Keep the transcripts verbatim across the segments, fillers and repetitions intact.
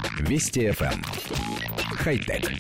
Вести эф эм. Хай-тек.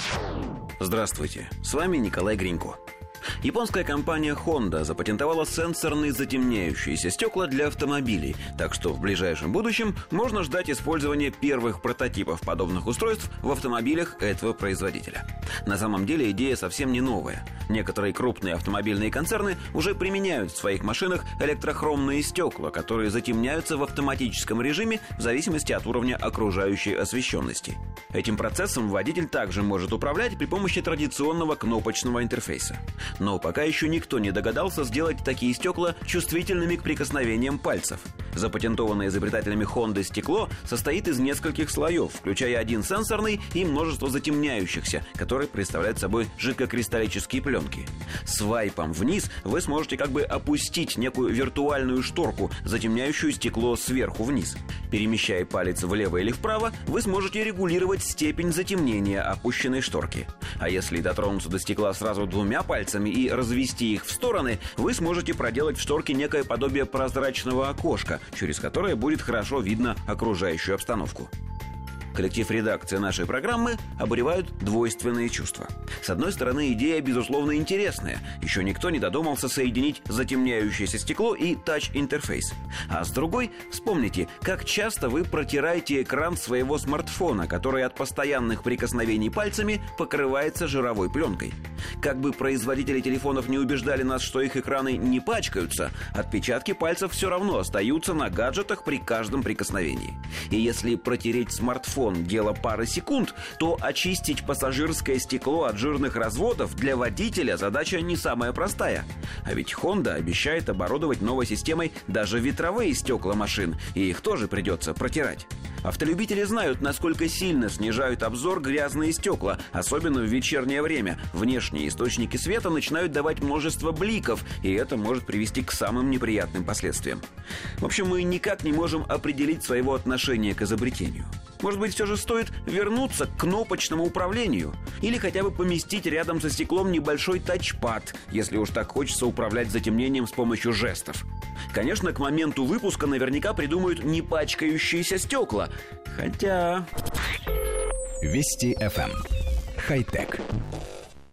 Здравствуйте, с вами Николай Гринько. Японская компания Honda запатентовала сенсорные затемняющиеся стекла для автомобилей, так что в ближайшем будущем можно ждать использования первых прототипов подобных устройств в автомобилях этого производителя. На самом деле идея совсем не новая. Некоторые крупные автомобильные концерны уже применяют в своих машинах электрохромные стекла, которые затемняются в автоматическом режиме в зависимости от уровня окружающей освещенности. Этим процессом водитель также может управлять при помощи традиционного кнопочного интерфейса. Но пока еще никто не догадался сделать такие стекла чувствительными к прикосновениям пальцев. Запатентованное изобретателями Honda стекло состоит из нескольких слоев, включая один сенсорный и множество затемняющихся, которые представляют собой жидкокристаллические пленки. Свайпом вниз вы сможете как бы опустить некую виртуальную шторку, затемняющую стекло сверху вниз. Перемещая палец влево или вправо, вы сможете регулировать степень затемнения опущенной шторки. А если дотронуться до стекла сразу двумя пальцами и развести их в стороны, вы сможете проделать в шторке некое подобие прозрачного окошка, через которое будет хорошо видно окружающую обстановку. Коллектив редакции нашей программы обуревают двойственные чувства. С одной стороны, идея, безусловно, интересная. Еще никто не додумался соединить затемняющееся стекло и тач-интерфейс. А с другой, вспомните, как часто вы протираете экран своего смартфона, который от постоянных прикосновений пальцами покрывается жировой пленкой. Как бы производители телефонов не убеждали нас, что их экраны не пачкаются, отпечатки пальцев все равно остаются на гаджетах при каждом прикосновении. И если протереть смартфон дело пары секунд, то очистить пассажирское стекло от жирных разводов для водителя задача не самая простая. А ведь Honda обещает оборудовать новой системой даже ветровые стекла машин, и их тоже придется протирать. Автолюбители знают, насколько сильно снижают обзор грязные стекла, особенно в вечернее время. Внешние источники света начинают давать множество бликов, и это может привести к самым неприятным последствиям. В общем, мы никак не можем определить своего отношения к изобретению. Может быть, все же стоит вернуться к кнопочному управлению? Или хотя бы поместить рядом со стеклом небольшой тачпад, если уж так хочется управлять затемнением с помощью жестов? Конечно, к моменту выпуска наверняка придумают не пачкающиеся стекла. Хотя... Вести эф эм. Хай-тек.